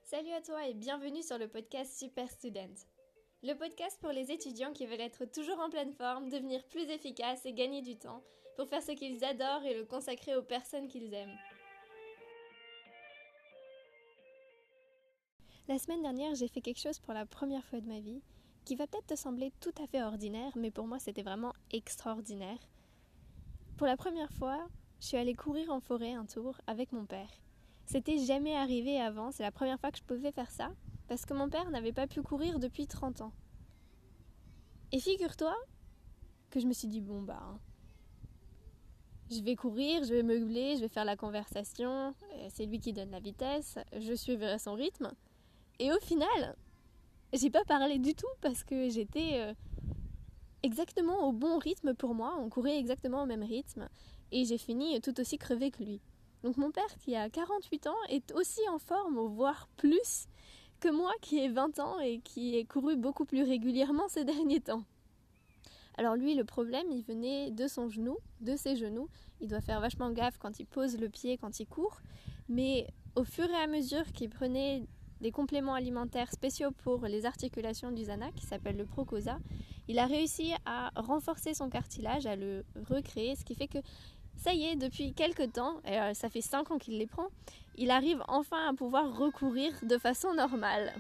Salut à toi et bienvenue sur le podcast Super Student. Le podcast pour les étudiants qui veulent être toujours en pleine forme, devenir plus efficaces et gagner du temps pour faire ce qu'ils adorent et le consacrer aux personnes qu'ils aiment. La semaine dernière, j'ai fait quelque chose pour la première fois de ma vie qui va peut-être te sembler tout à fait ordinaire, mais pour moi c'était vraiment extraordinaire. Pour la première fois, je suis allée courir en forêt un tour avec mon père. C'était jamais arrivé avant, c'est la première fois que je pouvais faire ça, parce que mon père n'avait pas pu courir depuis 30 ans. Et figure-toi que je me suis dit, je vais courir, je vais meubler, je vais faire la conversation, c'est lui qui donne la vitesse, je suivrai son rythme. Et au final, j'ai pas parlé du tout parce que j'étais exactement au bon rythme pour moi, on courait exactement au même rythme, et j'ai fini tout aussi crevé que lui. Donc mon père qui a 48 ans est aussi en forme, voire plus, que moi qui ai 20 ans et qui ai couru beaucoup plus régulièrement ces derniers temps. Alors lui, le problème, il venait de son genou, de ses genoux. Il doit faire vachement gaffe quand il pose le pied, quand il court. Mais au fur et à mesure qu'il prenait des compléments alimentaires spéciaux pour les articulations du Zana, qui s'appelle le Procosa, il a réussi à renforcer son cartilage, à le recréer, ce qui fait que ça y est, depuis quelques temps, et ça fait 5 ans qu'il les prend, il arrive enfin à pouvoir recourir de façon normale.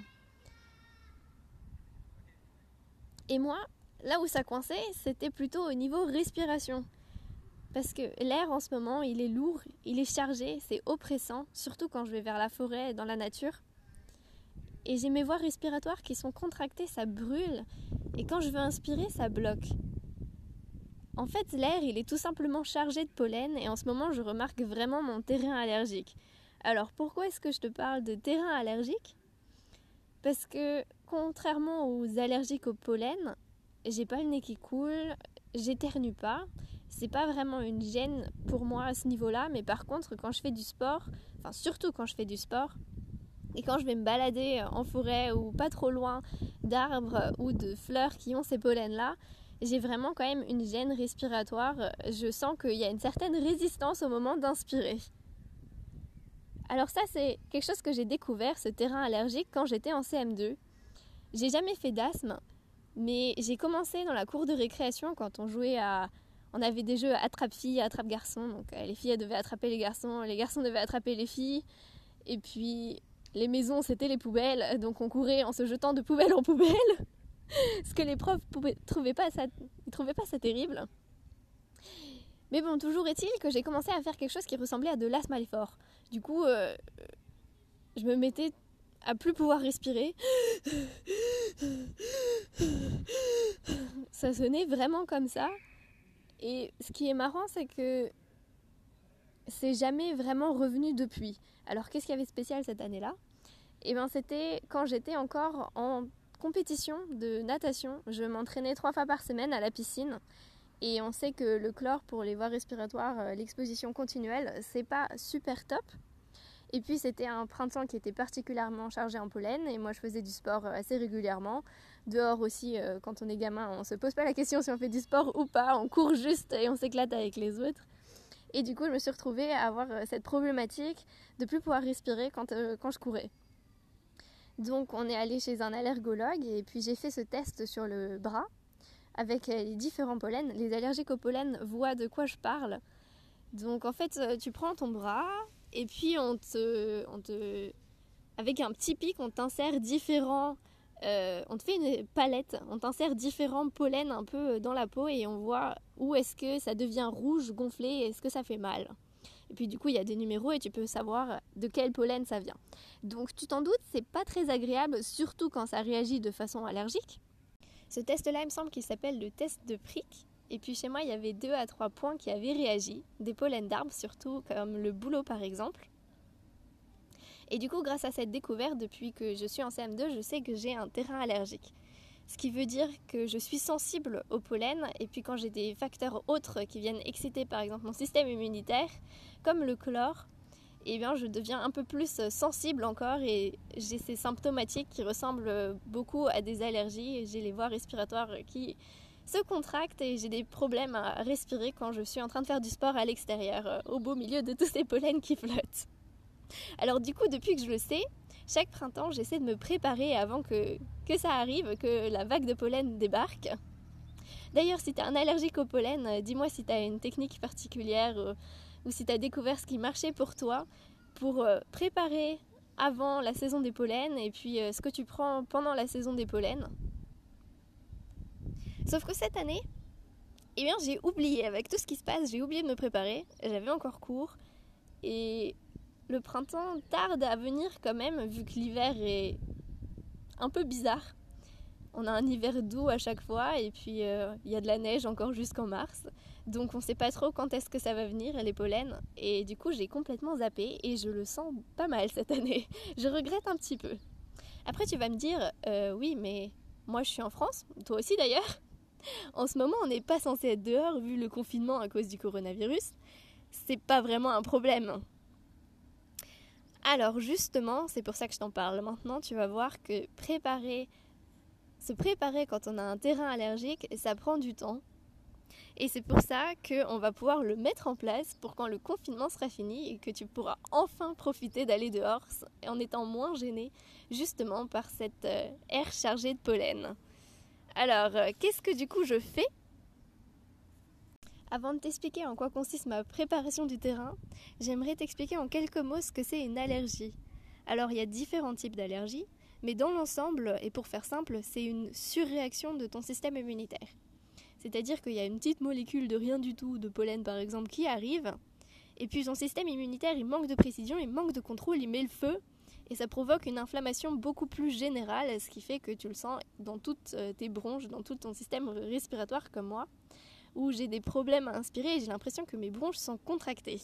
Et moi, là où ça coinçait, c'était plutôt au niveau respiration. Parce que l'air en ce moment, il est lourd, il est chargé, c'est oppressant, surtout quand je vais vers la forêt, dans la nature. Et j'ai mes voies respiratoires qui sont contractées, ça brûle, et quand je veux inspirer, ça bloque. En fait, l'air, il est tout simplement chargé de pollen et en ce moment, je remarque vraiment mon terrain allergique. Alors, pourquoi est-ce que je te parle de terrain allergique ? Parce que, contrairement aux allergiques au pollen, j'ai pas le nez qui coule, j'éternue pas. C'est pas vraiment une gêne pour moi à ce niveau-là, mais par contre, quand je fais du sport, enfin surtout quand je fais du sport, et quand je vais me balader en forêt ou pas trop loin d'arbres ou de fleurs qui ont ces pollens-là, j'ai vraiment quand même une gêne respiratoire. Je sens qu'il y a une certaine résistance au moment d'inspirer. Alors ça, c'est quelque chose que j'ai découvert, ce terrain allergique, quand j'étais en CM2. J'ai jamais fait d'asthme, mais j'ai commencé dans la cour de récréation quand on jouait à... On avait des jeux attrape-filles, attrape-garçons, donc les filles devaient attraper les garçons devaient attraper les filles, et puis les maisons c'était les poubelles, donc on courait en se jetant de poubelle en poubelle. Ce que les profs ne trouvaient pas ça terrible. Mais bon, toujours est-il que j'ai commencé à faire quelque chose qui ressemblait à de l'asthme à l'effort. Du coup, je me mettais à plus pouvoir respirer. Ça sonnait vraiment comme ça. Et ce qui est marrant, c'est que c'est jamais vraiment revenu depuis. Alors, qu'est-ce qu'il y avait de spécial cette année-là ? Eh bien, c'était quand j'étais encore en compétition de natation. Je m'entraînais 3 fois par semaine à la piscine et on sait que le chlore pour les voies respiratoires, l'exposition continuelle, c'est pas super top. Et puis c'était un printemps qui était particulièrement chargé en pollen et moi je faisais du sport assez régulièrement. Dehors aussi, quand on est gamin, on se pose pas la question si on fait du sport ou pas, on court juste et on s'éclate avec les autres. Et du coup je me suis retrouvée à avoir cette problématique de plus pouvoir respirer quand je courais. Donc on est allé chez un allergologue et puis j'ai fait ce test sur le bras avec les différents pollens. Les allergiques au pollen voient de quoi je parle. Donc en fait tu prends ton bras et puis avec un petit pic on t'insère différents, on te fait une palette, on t'insère différents pollens un peu dans la peau et on voit où est-ce que ça devient rouge, gonflé, et est-ce que ça fait mal. Et puis du coup, il y a des numéros et tu peux savoir de quel pollen ça vient. Donc tu t'en doutes, c'est pas très agréable, surtout quand ça réagit de façon allergique. Ce test-là, il me semble qu'il s'appelle le test de Prick. Et puis chez moi, il y avait 2 à 3 points qui avaient réagi, des pollens d'arbres surtout, comme le bouleau par exemple. Et du coup, grâce à cette découverte, depuis que je suis en CM2, je sais que j'ai un terrain allergique. Ce qui veut dire que je suis sensible au pollen, et puis quand j'ai des facteurs autres qui viennent exciter par exemple mon système immunitaire, comme le chlore, eh bien je deviens un peu plus sensible encore et j'ai ces symptomatiques qui ressemblent beaucoup à des allergies. J'ai les voies respiratoires qui se contractent et j'ai des problèmes à respirer quand je suis en train de faire du sport à l'extérieur, au beau milieu de tous ces pollens qui flottent. Alors du coup, depuis que je le sais, Chaque printemps, j'essaie de me préparer avant que ça arrive, que la vague de pollen débarque. D'ailleurs, si tu es un allergique au pollen, dis-moi si tu as une technique particulière ou si tu as découvert ce qui marchait pour toi pour préparer avant la saison des pollens et puis ce que tu prends pendant la saison des pollens. Sauf que cette année, eh bien, j'ai oublié, avec tout ce qui se passe, j'ai oublié de me préparer. J'avais encore cours et le printemps tarde à venir quand même, vu que l'hiver est un peu bizarre. On a un hiver doux à chaque fois et puis il y a de la neige encore jusqu'en mars. Donc on ne sait pas trop quand est-ce que ça va venir, les pollens. Et du coup, j'ai complètement zappé et je le sens pas mal cette année. Je regrette un petit peu. Après, tu vas me dire, oui, mais moi je suis en France, toi aussi d'ailleurs. En ce moment, on n'est pas censé être dehors vu le confinement à cause du coronavirus. C'est pas vraiment un problème. Alors justement, c'est pour ça que je t'en parle maintenant. Tu vas voir que se préparer quand on a un terrain allergique, ça prend du temps. Et c'est pour ça qu'on va pouvoir le mettre en place pour quand le confinement sera fini et que tu pourras enfin profiter d'aller dehors en étant moins gêné justement par cette air chargée de pollen. Alors, qu'est-ce que du coup je fais ? Avant de t'expliquer en quoi consiste ma préparation du terrain, j'aimerais t'expliquer en quelques mots ce que c'est une allergie. Alors, il y a différents types d'allergies, mais dans l'ensemble, et pour faire simple, c'est une surréaction de ton système immunitaire. C'est-à-dire qu'il y a une petite molécule de rien du tout, de pollen par exemple, qui arrive, et puis ton système immunitaire, il manque de précision, il manque de contrôle, il met le feu, et ça provoque une inflammation beaucoup plus générale, ce qui fait que tu le sens dans toutes tes bronches, dans tout ton système respiratoire comme moi, où j'ai des problèmes à inspirer et j'ai l'impression que mes bronches sont contractées.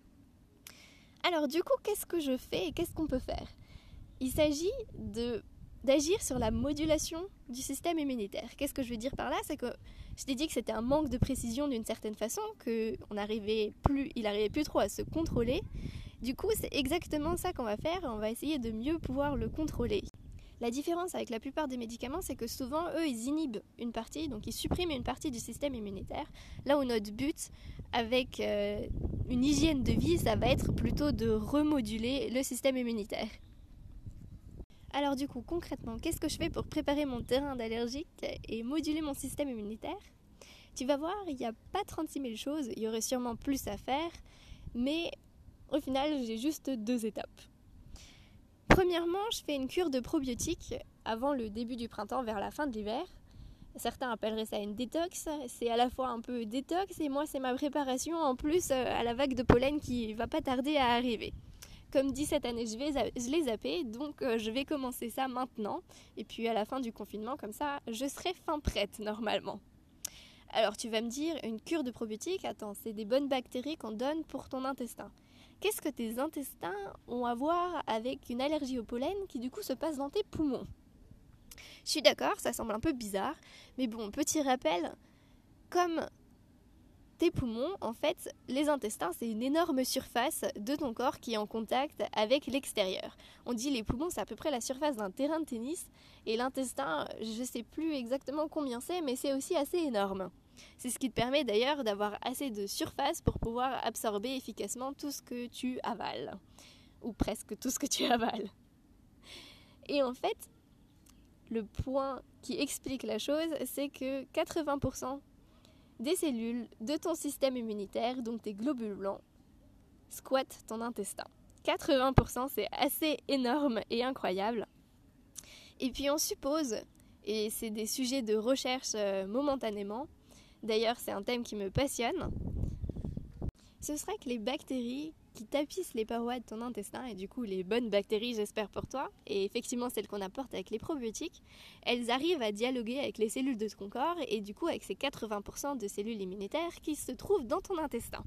Alors du coup, qu'est-ce que je fais et qu'est-ce qu'on peut faire ? Il s'agit d'agir sur la modulation du système immunitaire. Qu'est-ce que je veux dire par là ? C'est que je t'ai dit que c'était un manque de précision d'une certaine façon, qu'il n'arrivait plus trop à se contrôler. Du coup, c'est exactement ça qu'on va faire, on va essayer de mieux pouvoir le contrôler. La différence avec la plupart des médicaments, c'est que souvent, eux, ils inhibent une partie, donc ils suppriment une partie du système immunitaire, là où notre but, avec une hygiène de vie, ça va être plutôt de remoduler le système immunitaire. Alors du coup, concrètement, qu'est-ce que je fais pour préparer mon terrain d'allergique et moduler mon système immunitaire ? Tu vas voir, il n'y a pas 36 000 choses, il y aurait sûrement plus à faire, mais au final, j'ai juste 2 étapes. Premièrement, je fais une cure de probiotiques avant le début du printemps, vers la fin de l'hiver. Certains appelleraient ça une détox, c'est à la fois un peu détox et moi c'est ma préparation en plus à la vague de pollen qui va pas tarder à arriver. Comme dit cette année, je l'ai zappé, donc je vais commencer ça maintenant. Et puis à la fin du confinement, comme ça, je serai fin prête normalement. Alors tu vas me dire, une cure de probiotiques, attends, c'est des bonnes bactéries qu'on donne pour ton intestin. Qu'est-ce que tes intestins ont à voir avec une allergie au pollen qui du coup se passe dans tes poumons ? Je suis d'accord, ça semble un peu bizarre, mais bon, petit rappel, comme tes poumons, en fait, les intestins, c'est une énorme surface de ton corps qui est en contact avec l'extérieur. On dit les poumons, c'est à peu près la surface d'un terrain de tennis, et l'intestin, je ne sais plus exactement combien c'est, mais c'est aussi assez énorme. C'est ce qui te permet d'ailleurs d'avoir assez de surface pour pouvoir absorber efficacement tout ce que tu avales, ou presque tout ce que tu avales. Et en fait, le point qui explique la chose, c'est que 80% des cellules de ton système immunitaire, donc tes globules blancs, squattent ton intestin. 80%, c'est assez énorme et incroyable. Et puis on suppose, et c'est des sujets de recherche momentanément, d'ailleurs c'est un thème qui me passionne, ce serait que les bactéries qui tapissent les parois de ton intestin, et du coup les bonnes bactéries j'espère pour toi, et effectivement celles qu'on apporte avec les probiotiques, elles arrivent à dialoguer avec les cellules de ton corps et du coup avec ces 80% de cellules immunitaires qui se trouvent dans ton intestin.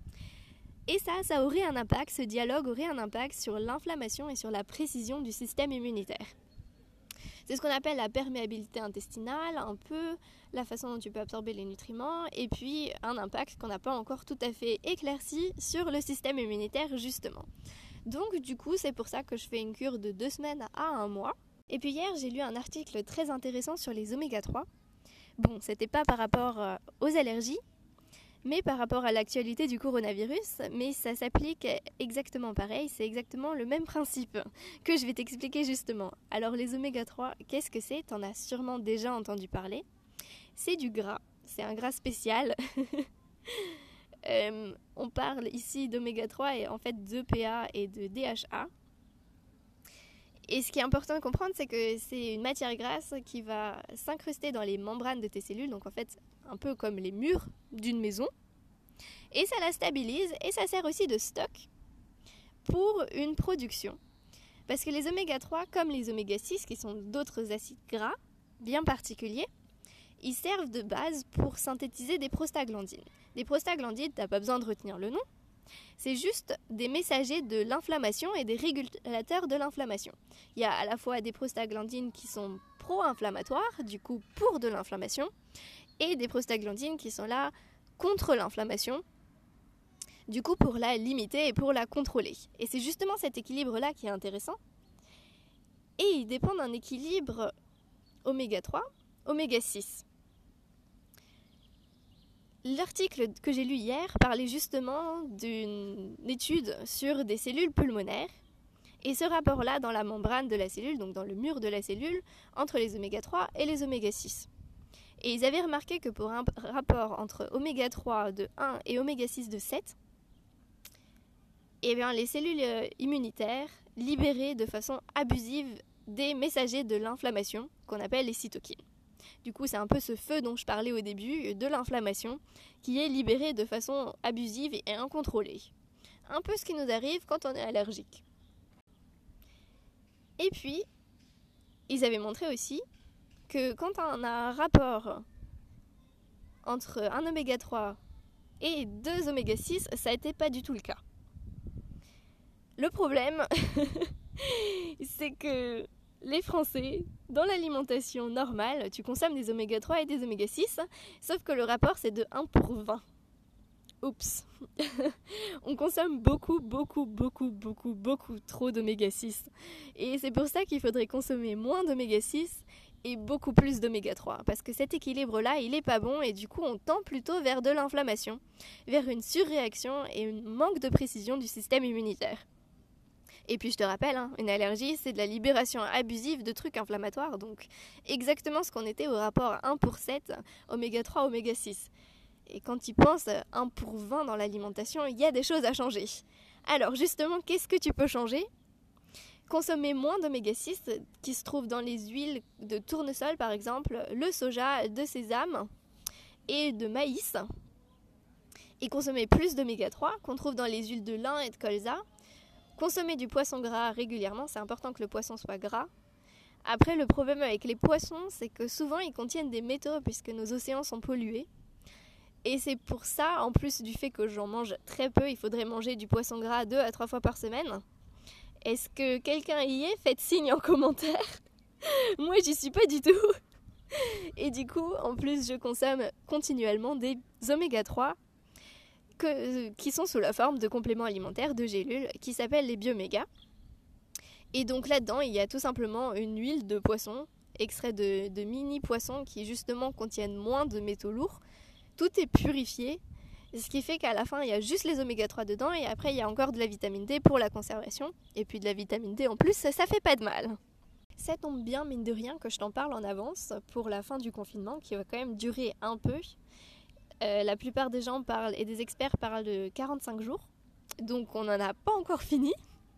Et ça aurait un impact, ce dialogue aurait un impact sur l'inflammation et sur la précision du système immunitaire. C'est ce qu'on appelle la perméabilité intestinale, un peu la façon dont tu peux absorber les nutriments, et puis un impact qu'on n'a pas encore tout à fait éclairci sur le système immunitaire justement. Donc du coup, c'est pour ça que je fais une cure de 2 semaines à 1 mois. Et puis hier, j'ai lu un article très intéressant sur les oméga 3. Bon, c'était pas par rapport aux allergies, mais par rapport à l'actualité du coronavirus, mais ça s'applique exactement pareil, c'est exactement le même principe que je vais t'expliquer justement. Alors les oméga 3, qu'est-ce que c'est ? T'en as sûrement déjà entendu parler. C'est du gras, c'est un gras spécial. On parle ici d'oméga 3 et en fait d'EPA et de DHA. Et ce qui est important de comprendre, c'est que c'est une matière grasse qui va s'incruster dans les membranes de tes cellules, donc en fait un peu comme les murs d'une maison, et ça la stabilise et ça sert aussi de stock pour une production. Parce que les oméga 3, comme les oméga 6, qui sont d'autres acides gras bien particuliers, ils servent de base pour synthétiser des prostaglandines. Les prostaglandines, t'as pas besoin de retenir le nom, c'est juste des messagers de l'inflammation et des régulateurs de l'inflammation. Il y a à la fois des prostaglandines qui sont pro-inflammatoires, du coup pour de l'inflammation, et des prostaglandines qui sont là contre l'inflammation, du coup pour la limiter et pour la contrôler. Et c'est justement cet équilibre-là qui est intéressant. Et il dépend d'un équilibre oméga 3, oméga 6. L'article que j'ai lu hier parlait justement d'une étude sur des cellules pulmonaires et ce rapport-là dans la membrane de la cellule, donc dans le mur de la cellule, entre les oméga 3 et les oméga 6. Et ils avaient remarqué que pour un rapport entre oméga 3 de 1 et oméga 6 de 7, eh bien, les cellules immunitaires libéraient de façon abusive des messagers de l'inflammation qu'on appelle les cytokines. Du coup, c'est un peu ce feu dont je parlais au début, de l'inflammation, qui est libéré de façon abusive et incontrôlée. Un peu ce qui nous arrive quand on est allergique. Et puis, ils avaient montré aussi que quand on a un rapport entre un oméga 3 et 2 oméga 6, ça n'était pas du tout le cas. Le problème, c'est que les Français, dans l'alimentation normale, tu consommes des oméga 3 et des oméga 6, sauf que le rapport c'est de 1 pour 20. Oups. On consomme beaucoup trop d'oméga 6. Et c'est pour ça qu'il faudrait consommer moins d'oméga 6 et beaucoup plus d'oméga 3. Parce que cet équilibre-là, il est pas bon et du coup on tend plutôt vers de l'inflammation, vers une surréaction et un manque de précision du système immunitaire. Et puis je te rappelle, une allergie, c'est de la libération abusive de trucs inflammatoires, donc exactement ce qu'on était au rapport 1 pour 7, oméga 3, oméga 6. Et quand tu penses 1 pour 20 dans l'alimentation, il y a des choses à changer. Alors justement, qu'est-ce que tu peux changer ? Consommer moins d'oméga 6 qui se trouve dans les huiles de tournesol par exemple, le soja, de sésame et de maïs. Et consommer plus d'oméga 3 qu'on trouve dans les huiles de lin et de colza. Consommer du poisson gras régulièrement, c'est important que le poisson soit gras. Après, le problème avec les poissons, c'est que souvent ils contiennent des métaux puisque nos océans sont pollués. Et c'est pour ça, en plus du fait que j'en mange très peu, il faudrait manger du poisson gras 2 à 3 fois par semaine. Est-ce que quelqu'un y est ? Faites signe en commentaire. Moi, j'y suis pas du tout. Et du coup, en plus, je consomme continuellement des oméga 3 qui sont sous la forme de compléments alimentaires, de gélules, qui s'appellent les bioméga. Et donc là-dedans, il y a tout simplement une huile de poisson, extrait de mini-poissons qui justement contiennent moins de métaux lourds. Tout est purifié, ce qui fait qu'à la fin, il y a juste les oméga 3 dedans et après, il y a encore de la vitamine D pour la conservation. Et puis de la vitamine D en plus, ça fait pas de mal. Ça tombe bien, mine de rien, que je t'en parle en avance pour la fin du confinement, qui va quand même durer un peu. La plupart des gens parlent, et des experts parlent de 45 jours, donc on n'en a pas encore fini.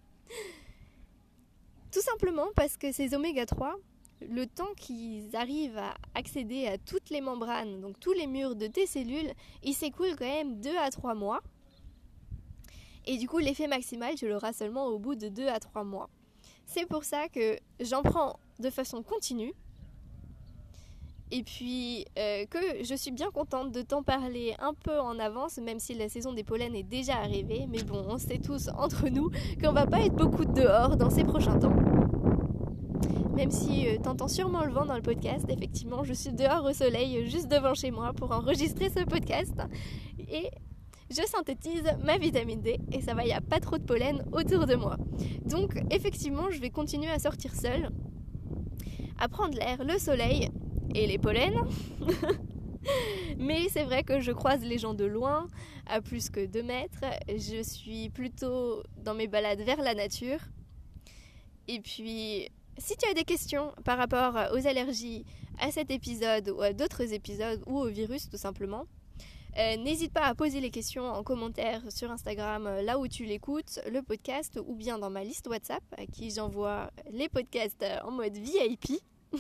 Tout simplement parce que ces oméga 3, le temps qu'ils arrivent à accéder à toutes les membranes, donc tous les murs de tes cellules, il s'écoule quand même 2 à 3 mois. Et du coup, l'effet maximal, tu l'auras seulement au bout de 2 à 3 mois. C'est pour ça que j'en prends de façon continue. Et puis que je suis bien contente de t'en parler un peu en avance, même si la saison des pollens est déjà arrivée. Mais bon, on sait tous entre nous qu'on va pas être beaucoup dehors dans ces prochains temps. Même si t'entends sûrement le vent dans le podcast, effectivement, je suis dehors au soleil, juste devant chez moi pour enregistrer ce podcast. Et je synthétise ma vitamine D et ça va, il n'y a pas trop de pollen autour de moi. Donc effectivement, je vais continuer à sortir seule, à prendre l'air, le soleil et les pollens. Mais c'est vrai que je croise les gens de loin, à plus que 2 mètres. Je suis plutôt dans mes balades vers la nature. Et puis, si tu as des questions par rapport aux allergies à cet épisode ou à d'autres épisodes ou au virus tout simplement, n'hésite pas à poser les questions en commentaire sur Instagram, là où tu l'écoutes, le podcast, ou bien dans ma liste WhatsApp, à qui j'envoie les podcasts en mode VIP.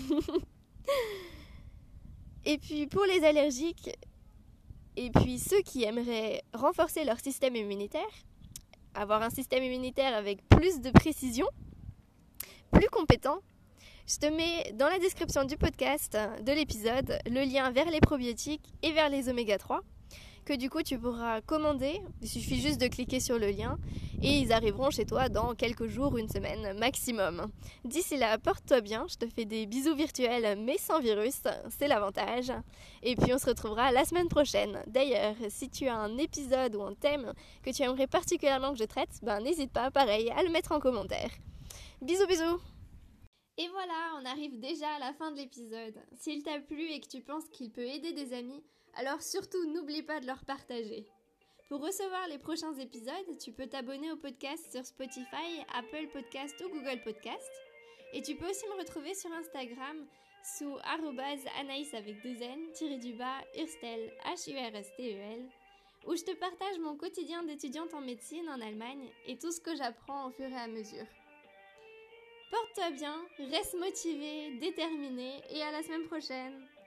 Et puis pour les allergiques, et puis ceux qui aimeraient renforcer leur système immunitaire, avoir un système immunitaire avec plus de précision, plus compétent, je te mets dans la description du podcast, de l'épisode, le lien vers les probiotiques et vers les oméga 3, que du coup tu pourras commander. Il suffit juste de cliquer sur le lien et ils arriveront chez toi dans quelques jours, une semaine maximum. D'ici là, porte-toi bien, je te fais des bisous virtuels mais sans virus, c'est l'avantage. Et puis on se retrouvera la semaine prochaine. D'ailleurs, si tu as un épisode ou un thème que tu aimerais particulièrement que je traite, n'hésite pas, pareil, à le mettre en commentaire. Bisous bisous. Et voilà, on arrive déjà à la fin de l'épisode. S'il t'a plu et que tu penses qu'il peut aider des amis, alors surtout n'oublie pas de leur partager. Pour recevoir les prochains épisodes, tu peux t'abonner au podcast sur Spotify, Apple Podcast ou Google Podcast. Et tu peux aussi me retrouver sur Instagram sous @anaïs avec 2 n _Hurstel HURSTEL, où je te partage mon quotidien d'étudiante en médecine en Allemagne et tout ce que j'apprends au fur et à mesure. Porte-toi bien, reste motivé, déterminé et à la semaine prochaine.